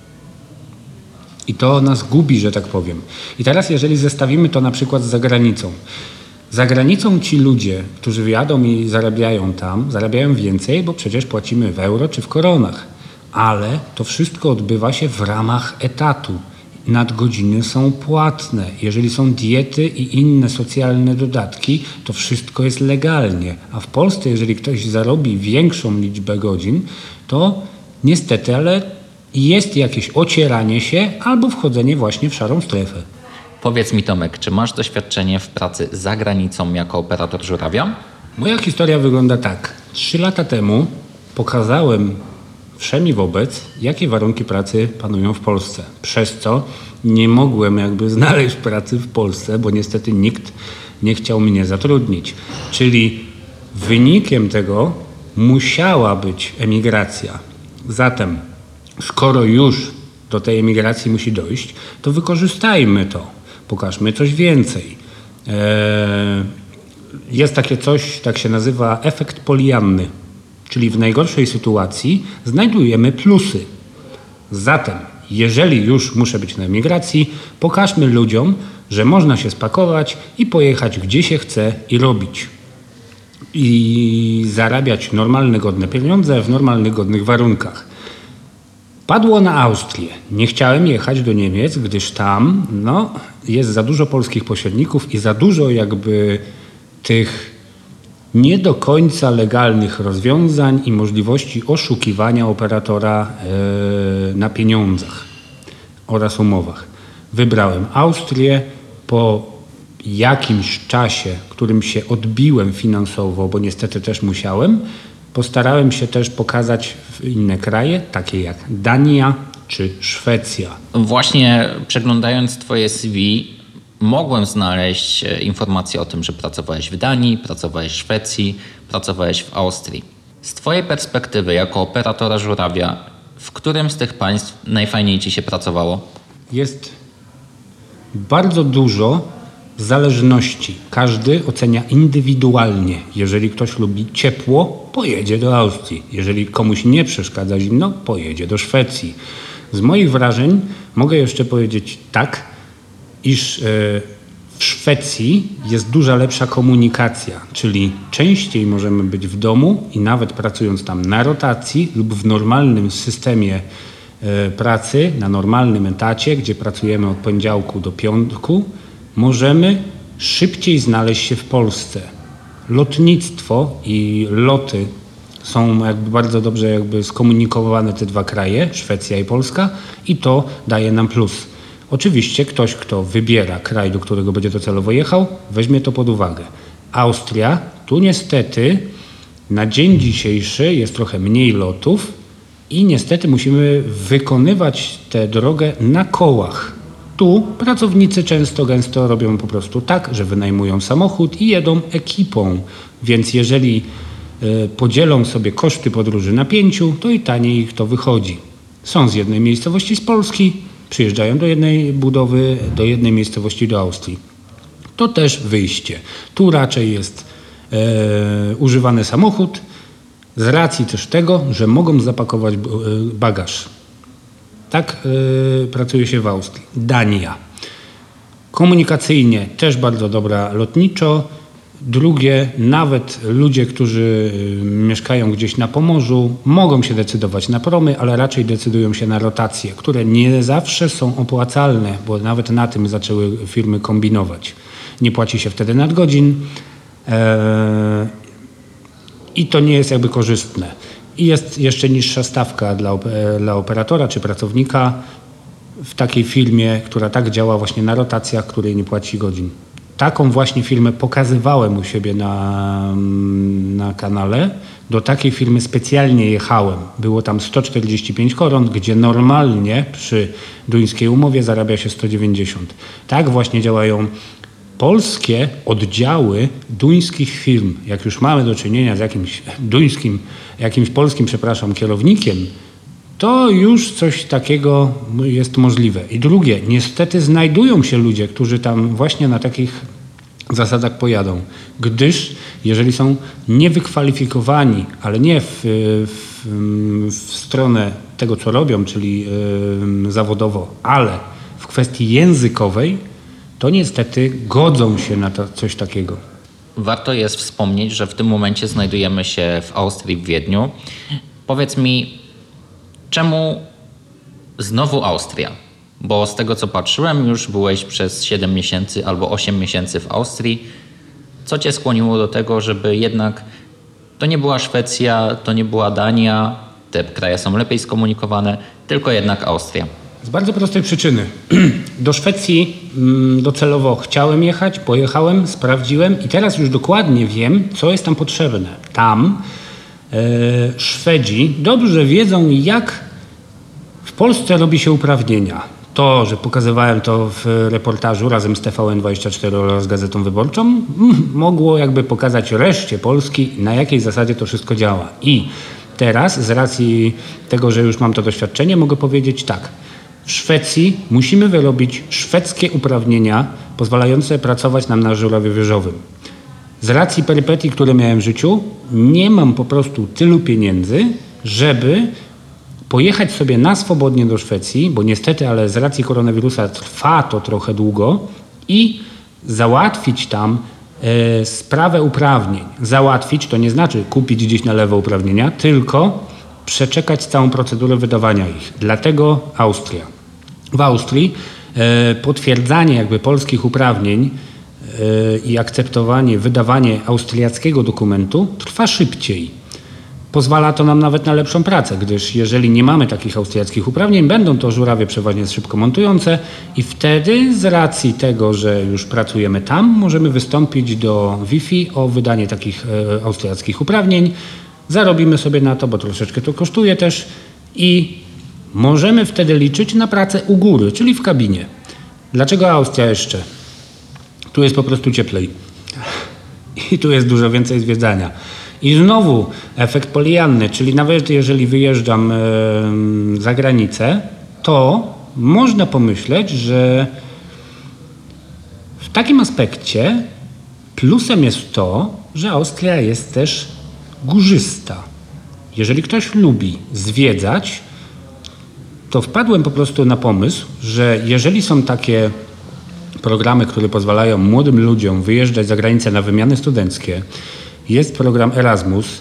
I to nas gubi, że tak powiem. I teraz jeżeli zestawimy to na przykład z zagranicą. Za granicą ci ludzie, którzy jadą i zarabiają tam, zarabiają więcej, bo przecież płacimy w euro czy w koronach. Ale to wszystko odbywa się w ramach etatu. Nadgodziny są płatne. Jeżeli są diety i inne socjalne dodatki, to wszystko jest legalnie. A w Polsce, jeżeli ktoś zarobi większą liczbę godzin, to niestety, ale jest jakieś ocieranie się albo wchodzenie właśnie w szarą strefę. Powiedz mi, Tomek, czy masz doświadczenie w pracy za granicą jako operator żurawia? Moja historia wygląda tak. Trzy lata temu pokazałem wszemi wobec, jakie warunki pracy panują w Polsce. Przez co nie mogłem jakby znaleźć pracy w Polsce, bo niestety nikt nie chciał mnie zatrudnić. Czyli wynikiem tego musiała być emigracja. Zatem, skoro już do tej emigracji musi dojść, to wykorzystajmy to. Pokażmy coś więcej. Eee, jest takie coś, tak się nazywa efekt Polianny. Czyli w najgorszej sytuacji znajdujemy plusy. Zatem, jeżeli już muszę być na emigracji, pokażmy ludziom, że można się spakować i pojechać gdzie się chce i robić. I zarabiać normalne, godne pieniądze w normalnych, godnych warunkach. Padło na Austrię. Nie chciałem jechać do Niemiec, gdyż tam no, jest za dużo polskich pośredników i za dużo jakby tych nie do końca legalnych rozwiązań i możliwości oszukiwania operatora yy, na pieniądzach oraz umowach. Wybrałem Austrię. Po jakimś czasie, którym się odbiłem finansowo, bo niestety też musiałem, Postarałem się też pokazać w inne kraje, takie jak Dania czy Szwecja. Właśnie przeglądając Twoje C V mogłem znaleźć informacje o tym, że pracowałeś w Danii, pracowałeś w Szwecji, pracowałeś w Austrii. Z Twojej perspektywy jako operatora żurawia, w którym z tych państw najfajniej Ci się pracowało? Jest bardzo dużo zależności. Każdy ocenia indywidualnie. Jeżeli ktoś lubi ciepło, pojedzie do Austrii. Jeżeli komuś nie przeszkadza zimno, pojedzie do Szwecji. Z moich wrażeń mogę jeszcze powiedzieć tak, iż w Szwecji jest duża lepsza komunikacja, czyli częściej możemy być w domu i nawet pracując tam na rotacji lub w normalnym systemie pracy, na normalnym etacie, gdzie pracujemy od poniedziałku do piątku, możemy szybciej znaleźć się w Polsce. Lotnictwo i loty są jakby bardzo dobrze jakby skomunikowane te dwa kraje, Szwecja i Polska, i to daje nam plus. Oczywiście ktoś, kto wybiera kraj, do którego będzie docelowo jechał, weźmie to pod uwagę. Austria, tu niestety na dzień dzisiejszy jest trochę mniej lotów i niestety musimy wykonywać tę drogę na kołach. Tu pracownicy często gęsto robią po prostu tak, że wynajmują samochód i jedą ekipą, więc jeżeli y, podzielą sobie koszty podróży na pięciu, to i taniej ich to wychodzi. Są z jednej miejscowości z Polski, przyjeżdżają do jednej budowy, do jednej miejscowości do Austrii. To też wyjście. Tu raczej jest e, używany samochód z racji też tego, że mogą zapakować bagaż. Tak e, pracuje się w Austrii. Dania. Komunikacyjnie też bardzo dobra lotniczo. Drugie, nawet ludzie, którzy mieszkają gdzieś na Pomorzu, mogą się decydować na promy, ale raczej decydują się na rotacje, które nie zawsze są opłacalne, bo nawet na tym zaczęły firmy kombinować. Nie płaci się wtedy nadgodzin e, i to nie jest jakby korzystne. I jest jeszcze niższa stawka dla, dla operatora czy pracownika w takiej firmie, która tak działa właśnie na rotacjach, której nie płaci godzin. Taką właśnie firmę pokazywałem u siebie na, na kanale. Do takiej firmy specjalnie jechałem. Było tam sto czterdzieści pięć koron, gdzie normalnie przy duńskiej umowie zarabia się sto dziewięćdziesiąt. Tak właśnie działają polskie oddziały duńskich firm. Jak już mamy do czynienia z jakimś duńskim, jakimś polskim, przepraszam, kierownikiem, to już coś takiego jest możliwe. I drugie, niestety znajdują się ludzie, którzy tam właśnie na takich zasadach pojadą, gdyż jeżeli są niewykwalifikowani, ale nie w, w, w stronę tego, co robią, czyli yy, zawodowo, ale w kwestii językowej, to niestety godzą się na to, coś takiego. Warto jest wspomnieć, że w tym momencie znajdujemy się w Austrii, w Wiedniu. Powiedz mi, czemu znowu Austria? Bo z tego co patrzyłem, już byłeś przez siedem miesięcy albo osiem miesięcy w Austrii. Co cię skłoniło do tego, żeby jednak to nie była Szwecja, to nie była Dania, te kraje są lepiej skomunikowane, tylko jednak Austria? Z bardzo prostej przyczyny. Do Szwecji docelowo chciałem jechać, pojechałem, sprawdziłem i teraz już dokładnie wiem, co jest tam potrzebne. Tam Szwedzi dobrze wiedzą, jak w Polsce robi się uprawnienia. To, że pokazywałem to w reportażu razem z T V N dwadzieścia cztery oraz Gazetą Wyborczą, mogło jakby pokazać reszcie Polski, na jakiej zasadzie to wszystko działa. I teraz z racji tego, że już mam to doświadczenie, mogę powiedzieć tak. W Szwecji musimy wyrobić szwedzkie uprawnienia pozwalające pracować nam na żurawiu wieżowym. Z racji perypetii, które miałem w życiu, nie mam po prostu tylu pieniędzy, żeby pojechać sobie na swobodnie do Szwecji, bo niestety, ale z racji koronawirusa trwa to trochę długo i załatwić tam e, sprawę uprawnień. Załatwić to nie znaczy kupić gdzieś na lewo uprawnienia, tylko przeczekać całą procedurę wydawania ich. Dlatego Austria. W Austrii e, potwierdzanie jakby polskich uprawnień i akceptowanie, wydawanie austriackiego dokumentu trwa szybciej. Pozwala to nam nawet na lepszą pracę, gdyż jeżeli nie mamy takich austriackich uprawnień, będą to żurawie przeważnie szybko montujące i wtedy z racji tego, że już pracujemy tam, możemy wystąpić do Wi F I o wydanie takich e, austriackich uprawnień zarobimy sobie na to, bo troszeczkę to kosztuje też i możemy wtedy liczyć na pracę u góry, czyli w kabinie. Dlaczego Austria jeszcze? Tu jest po prostu cieplej i tu jest dużo więcej zwiedzania. I znowu efekt polijanny, czyli nawet jeżeli wyjeżdżam e, za granicę, to można pomyśleć, że w takim aspekcie plusem jest to, że Austria jest też górzysta. Jeżeli ktoś lubi zwiedzać, to wpadłem po prostu na pomysł, że jeżeli są takie programy, które pozwalają młodym ludziom wyjeżdżać za granicę na wymiany studenckie, jest program Erasmus,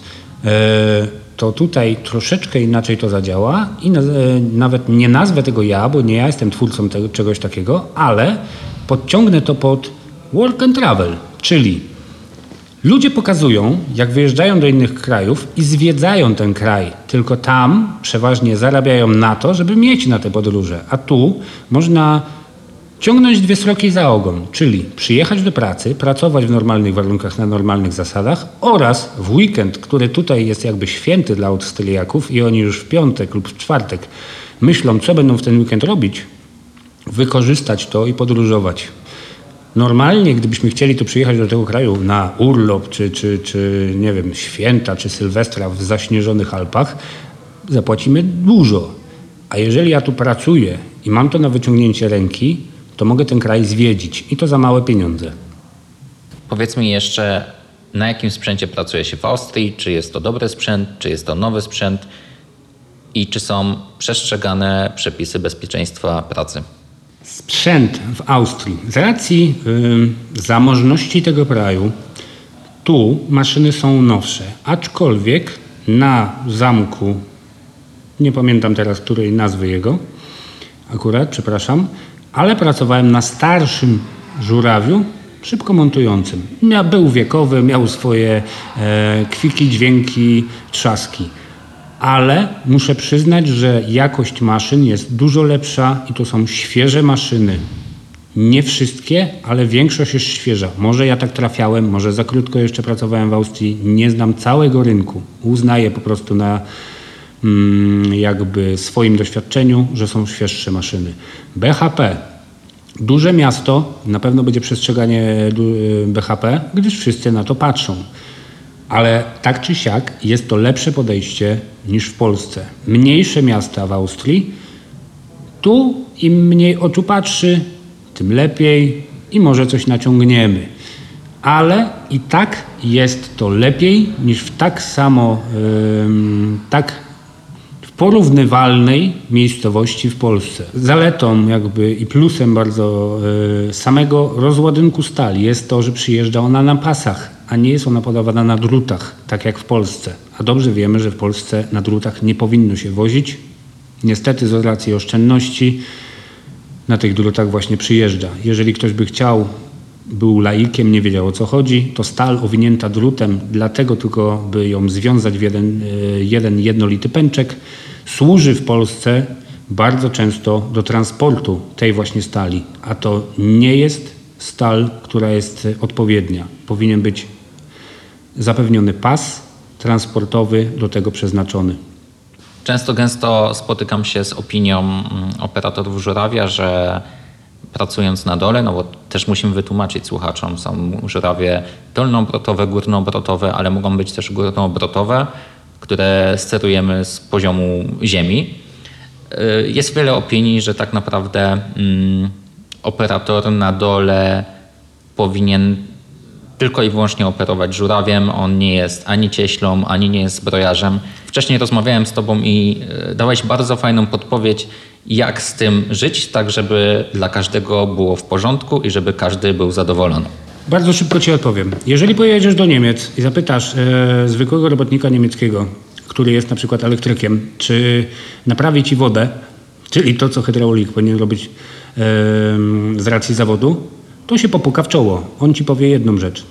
to tutaj troszeczkę inaczej to zadziała i nawet nie nazwę tego ja, bo nie ja jestem twórcą tego, czegoś takiego, ale podciągnę to pod work and travel, czyli ludzie pokazują, jak wyjeżdżają do innych krajów i zwiedzają ten kraj, tylko tam przeważnie zarabiają na to, żeby mieć na te podróże, a tu można ciągnąć dwie sroki za ogon, czyli przyjechać do pracy, pracować w normalnych warunkach, na normalnych zasadach oraz w weekend, który tutaj jest jakby święty dla Austriaków i oni już w piątek lub w czwartek myślą, co będą w ten weekend robić, wykorzystać to i podróżować. Normalnie, gdybyśmy chcieli tu przyjechać do tego kraju na urlop, czy, czy, czy nie wiem, święta, czy sylwestra w zaśnieżonych Alpach, zapłacimy dużo. A jeżeli ja tu pracuję i mam to na wyciągnięcie ręki, to mogę ten kraj zwiedzić i to za małe pieniądze. Powiedz mi jeszcze, na jakim sprzęcie pracuje się w Austrii? Czy jest to dobry sprzęt, czy jest to nowy sprzęt i czy są przestrzegane przepisy bezpieczeństwa pracy? Sprzęt w Austrii. Z racji y, zamożności tego kraju, tu maszyny są nowsze, aczkolwiek na zamku, nie pamiętam teraz której nazwy jego, akurat, przepraszam, ale pracowałem na starszym żurawiu, szybko montującym. Mia, był wiekowy, miał swoje e, kwiki, dźwięki, trzaski. Ale muszę przyznać, że jakość maszyn jest dużo lepsza i to są świeże maszyny. Nie wszystkie, ale większość jest świeża. Może ja tak trafiałem, może za krótko jeszcze pracowałem w Austrii. Nie znam całego rynku. Uznaję po prostu na mm, jakby swoim doświadczeniu, że są świeższe maszyny. B H P. Duże miasto, na pewno będzie przestrzeganie B H P, gdyż wszyscy na to patrzą. Ale tak czy siak jest to lepsze podejście niż w Polsce. Mniejsze miasta w Austrii, tu im mniej oczu patrzy, tym lepiej i może coś naciągniemy. Ale i tak jest to lepiej niż w tak samo, yy, tak w porównywalnej miejscowości w Polsce. Zaletą jakby i plusem bardzo yy, samego rozładunku stali jest to, że przyjeżdża ona na pasach, a nie jest ona podawana na drutach, tak jak w Polsce. A dobrze wiemy, że w Polsce na drutach nie powinno się wozić. Niestety z racji oszczędności na tych drutach właśnie przyjeżdża. Jeżeli ktoś by chciał, był laikiem, nie wiedział o co chodzi, to stal owinięta drutem, dlatego tylko by ją związać w jeden, jeden jednolity pęczek, służy w Polsce bardzo często do transportu tej właśnie stali, a to nie jest stal, która jest odpowiednia. Powinien być zapewniony pas transportowy do tego przeznaczony. Często gęsto spotykam się z opinią operatorów żurawia, że pracując na dole, no bo też musimy wytłumaczyć słuchaczom, są żurawie dolnoobrotowe, górnoobrotowe, ale mogą być też górnoobrotowe, które sterujemy z poziomu ziemi. Jest wiele opinii, że tak naprawdę mm, operator na dole powinien tylko i wyłącznie operować żurawiem. On nie jest ani cieślą, ani nie jest zbrojarzem. Wcześniej rozmawiałem z tobą i dałeś bardzo fajną podpowiedź, jak z tym żyć, tak żeby dla każdego było w porządku i żeby każdy był zadowolony. Bardzo szybko ci odpowiem. Jeżeli pojedziesz do Niemiec i zapytasz e, zwykłego robotnika niemieckiego, który jest na przykład elektrykiem, czy naprawi ci wodę, czyli to, co hydraulik powinien robić e, z racji zawodu, to się popuka w czoło. On ci powie jedną rzecz.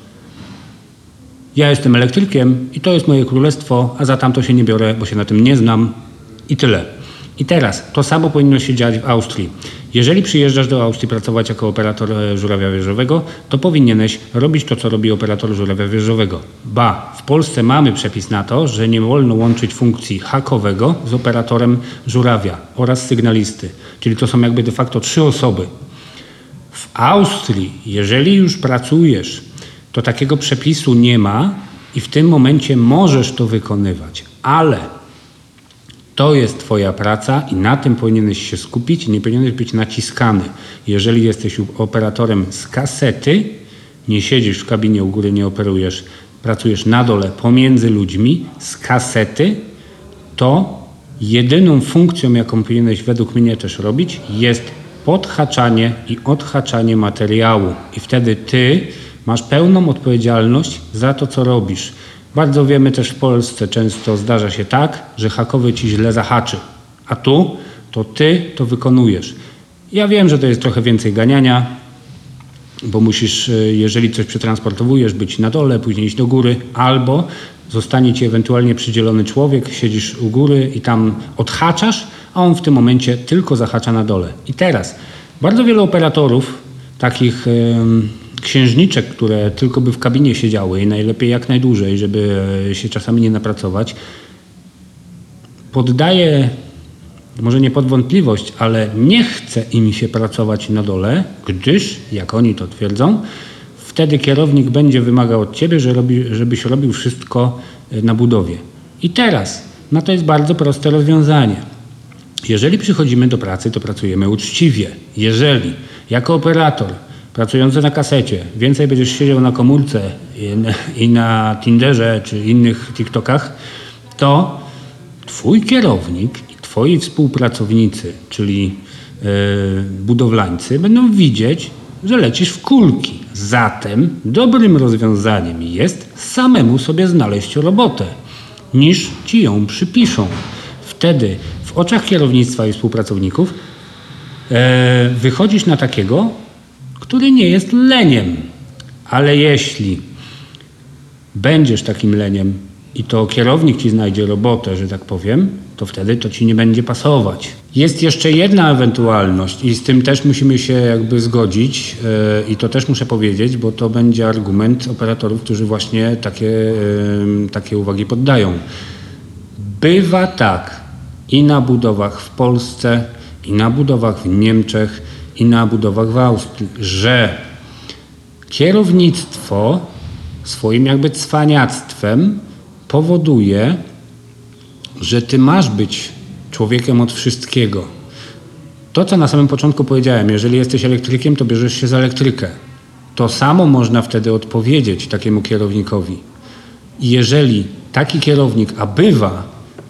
Ja jestem elektrykiem i to jest moje królestwo, a za tamto się nie biorę, bo się na tym nie znam i tyle. I teraz to samo powinno się dziać w Austrii. Jeżeli przyjeżdżasz do Austrii pracować jako operator żurawia wieżowego, to powinieneś robić to, co robi operator żurawia wieżowego. Ba, w Polsce mamy przepis na to, że nie wolno łączyć funkcji hakowego z operatorem żurawia oraz sygnalisty. Czyli to są jakby de facto trzy osoby. W Austrii, jeżeli już pracujesz, to takiego przepisu nie ma i w tym momencie możesz to wykonywać, ale to jest twoja praca i na tym powinieneś się skupić i nie powinieneś być naciskany. Jeżeli jesteś operatorem z kasety, nie siedzisz w kabinie u góry, nie operujesz, pracujesz na dole pomiędzy ludźmi z kasety, to jedyną funkcją, jaką powinieneś według mnie też robić, jest podhaczanie i odhaczanie materiału. I wtedy ty masz pełną odpowiedzialność za to, co robisz. Bardzo wiemy też w Polsce, często zdarza się tak, że hakowy ci źle zahaczy, a tu to ty to wykonujesz. Ja wiem, że to jest trochę więcej ganiania, bo musisz, jeżeli coś przetransportowujesz, być na dole, później iść do góry, albo zostanie ci ewentualnie przydzielony człowiek, siedzisz u góry i tam odhaczasz, a on w tym momencie tylko zahacza na dole. I teraz bardzo wielu operatorów, takich yy, księżniczek, które tylko by w kabinie siedziały i najlepiej jak najdłużej, żeby się czasami nie napracować, poddaje, może nie pod wątpliwość, ale nie chce im się pracować na dole, gdyż, jak oni to twierdzą, wtedy kierownik będzie wymagał od ciebie, że robi, żebyś robił wszystko na budowie. I teraz, no to jest bardzo proste rozwiązanie. Jeżeli przychodzimy do pracy, to pracujemy uczciwie. Jeżeli jako operator pracujący na kasecie więcej będziesz siedział na komórce i na Tinderze czy innych TikTokach, to twój kierownik i twoi współpracownicy, czyli yy, budowlańcy, będą widzieć, że lecisz w kulki. Zatem dobrym rozwiązaniem jest samemu sobie znaleźć robotę, niż ci ją przypiszą. Wtedy w oczach kierownictwa i współpracowników yy, wychodzisz na takiego, który nie jest leniem. Ale jeśli będziesz takim leniem i to kierownik ci znajdzie robotę, że tak powiem, to wtedy to ci nie będzie pasować. Jest jeszcze jedna ewentualność i z tym też musimy się jakby zgodzić yy, i to też muszę powiedzieć, bo to będzie argument operatorów, którzy właśnie takie, yy, takie uwagi poddają. Bywa tak i na budowach w Polsce, i na budowach w Niemczech, i na budowach w Austrii, że kierownictwo swoim jakby cwaniactwem powoduje, że ty masz być człowiekiem od wszystkiego. To, co na samym początku powiedziałem, jeżeli jesteś elektrykiem, to bierzesz się za elektrykę. To samo można wtedy odpowiedzieć takiemu kierownikowi. I jeżeli taki kierownik, a bywa,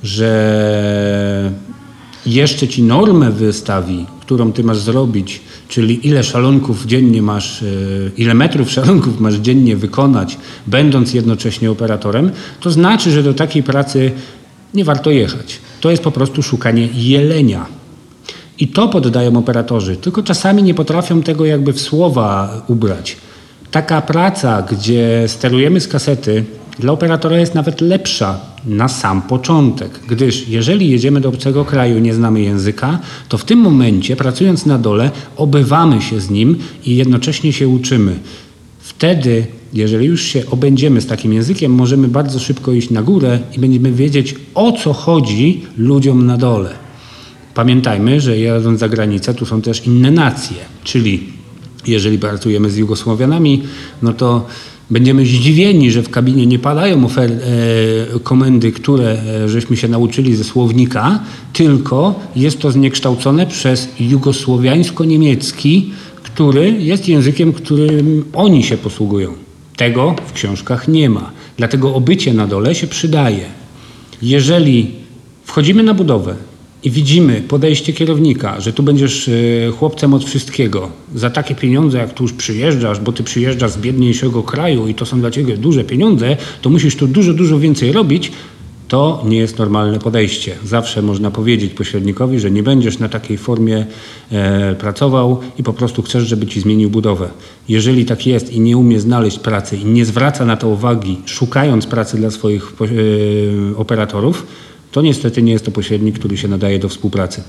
że jeszcze ci normę wystawi, którą ty masz zrobić, czyli ile szalonków dziennie masz, ile metrów szalonków masz dziennie wykonać, będąc jednocześnie operatorem, to znaczy, że do takiej pracy nie warto jechać. To jest po prostu szukanie jelenia. I to poddają operatorzy, tylko czasami nie potrafią tego jakby w słowa ubrać. Taka praca, gdzie sterujemy z kasety, dla operatora jest nawet lepsza na sam początek, gdyż jeżeli jedziemy do obcego kraju, nie znamy języka, to w tym momencie, pracując na dole, obywamy się z nim i jednocześnie się uczymy. Wtedy, jeżeli już się obędziemy z takim językiem, możemy bardzo szybko iść na górę i będziemy wiedzieć, o co chodzi ludziom na dole. Pamiętajmy, że jadąc za granicę, tu są też inne nacje, czyli jeżeli pracujemy z Jugosłowianami, no to będziemy zdziwieni, że w kabinie nie padają ofer- e, komendy, które e, żeśmy się nauczyli ze słownika, tylko jest to zniekształcone przez jugosłowiańsko-niemiecki, który jest językiem, którym oni się posługują. Tego w książkach nie ma. Dlatego obycie na dole się przydaje. Jeżeli wchodzimy na budowę i widzimy podejście kierownika, że tu będziesz chłopcem od wszystkiego, za takie pieniądze, jak tu już przyjeżdżasz, bo ty przyjeżdżasz z biedniejszego kraju i to są dla ciebie duże pieniądze, to musisz tu dużo, dużo więcej robić, to nie jest normalne podejście. Zawsze można powiedzieć pośrednikowi, że nie będziesz na takiej formie e, pracował i po prostu chcesz, żeby ci zmienił budowę. Jeżeli tak jest i nie umie znaleźć pracy i nie zwraca na to uwagi, szukając pracy dla swoich e, operatorów, to niestety nie jest to pośrednik, który się nadaje do współpracy.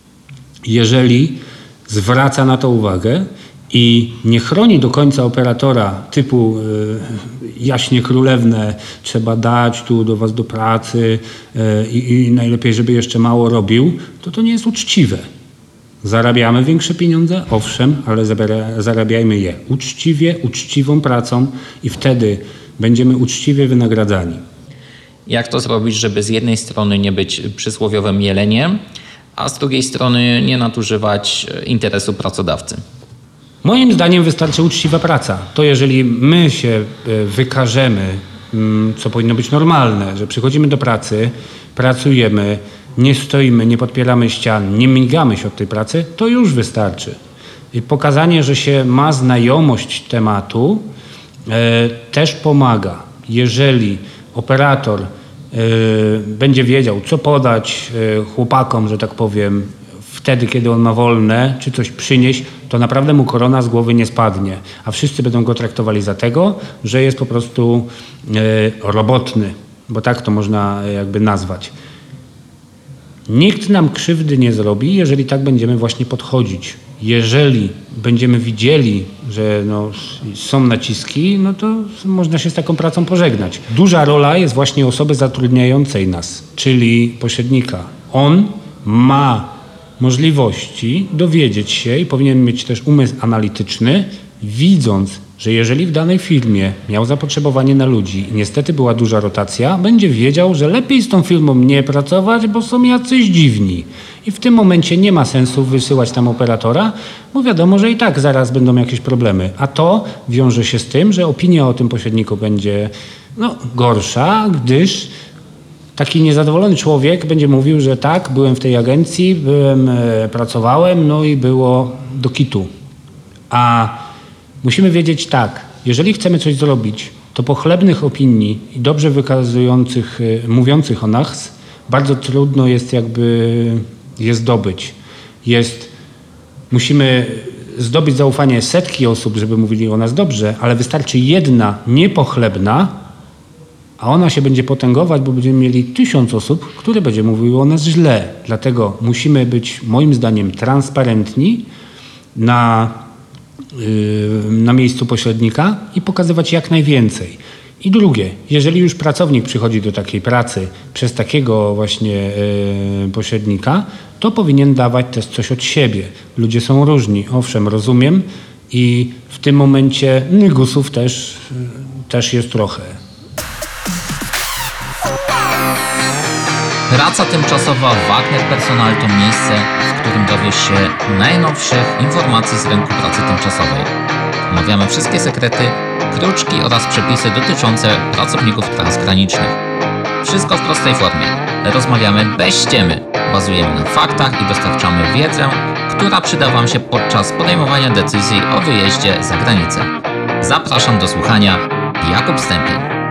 Jeżeli zwraca na to uwagę i nie chroni do końca operatora typu y, jaśnie królewne, trzeba dać tu do was do pracy y, i najlepiej, żeby jeszcze mało robił, to to nie jest uczciwe. Zarabiamy większe pieniądze? Owszem, ale zarabiajmy je uczciwie, uczciwą pracą i wtedy będziemy uczciwie wynagradzani. Jak to zrobić, żeby z jednej strony nie być przysłowiowym jeleniem, a z drugiej strony nie nadużywać interesu pracodawcy? Moim zdaniem wystarczy uczciwa praca. To jeżeli my się wykażemy, co powinno być normalne, że przychodzimy do pracy, pracujemy, nie stoimy, nie podpieramy ścian, nie migamy się od tej pracy, to już wystarczy. I pokazanie, że się ma znajomość tematu e, też pomaga. Jeżeli operator e, będzie wiedział, co podać e, chłopakom, że tak powiem, wtedy, kiedy on ma wolne, czy coś przynieść, to naprawdę mu korona z głowy nie spadnie. A wszyscy będą go traktowali za tego, że jest po prostu e, robotny, bo tak to można jakby nazwać. Nikt nam krzywdy nie zrobi, jeżeli tak będziemy właśnie podchodzić. Jeżeli będziemy widzieli, że no, są naciski, no to można się z taką pracą pożegnać. Duża rola jest właśnie osoby zatrudniającej nas, czyli pośrednika. On ma możliwości dowiedzieć się i powinien mieć też umysł analityczny, widząc, że jeżeli w danej firmie miał zapotrzebowanie na ludzi i niestety była duża rotacja, będzie wiedział, że lepiej z tą firmą nie pracować, bo są jacyś dziwni. I w tym momencie nie ma sensu wysyłać tam operatora, bo wiadomo, że i tak zaraz będą jakieś problemy. A to wiąże się z tym, że opinia o tym pośredniku będzie no, gorsza, gdyż taki niezadowolony człowiek będzie mówił, że tak, byłem w tej agencji, byłem, e, pracowałem, no i było do kitu. A musimy wiedzieć tak, jeżeli chcemy coś zrobić, to pochlebnych opinii i dobrze wykazujących, e, mówiących o nas, bardzo trudno jest jakby je zdobyć. Jest, musimy zdobyć zaufanie setki osób, żeby mówili o nas dobrze, ale wystarczy jedna niepochlebna, a ona się będzie potęgować, bo będziemy mieli tysiąc osób, które będzie mówiły o nas źle. Dlatego musimy być, moim zdaniem, transparentni na, yy, na miejscu pośrednika i pokazywać jak najwięcej. I drugie, jeżeli już pracownik przychodzi do takiej pracy przez takiego właśnie yy, pośrednika, to powinien dawać też coś od siebie. Ludzie są różni, owszem, rozumiem i w tym momencie nygusów też, yy, też jest trochę. Praca tymczasowa Wagner Personal to miejsce, w którym dowiesz się najnowszych informacji z rynku pracy tymczasowej. Omawiamy wszystkie sekrety, kruczki oraz przepisy dotyczące pracowników transgranicznych. Wszystko w prostej formie. Rozmawiamy bez ściemy, bazujemy na faktach i dostarczamy wiedzę, która przyda Wam się podczas podejmowania decyzji o wyjeździe za granicę. Zapraszam do słuchania. Jakub Stępień.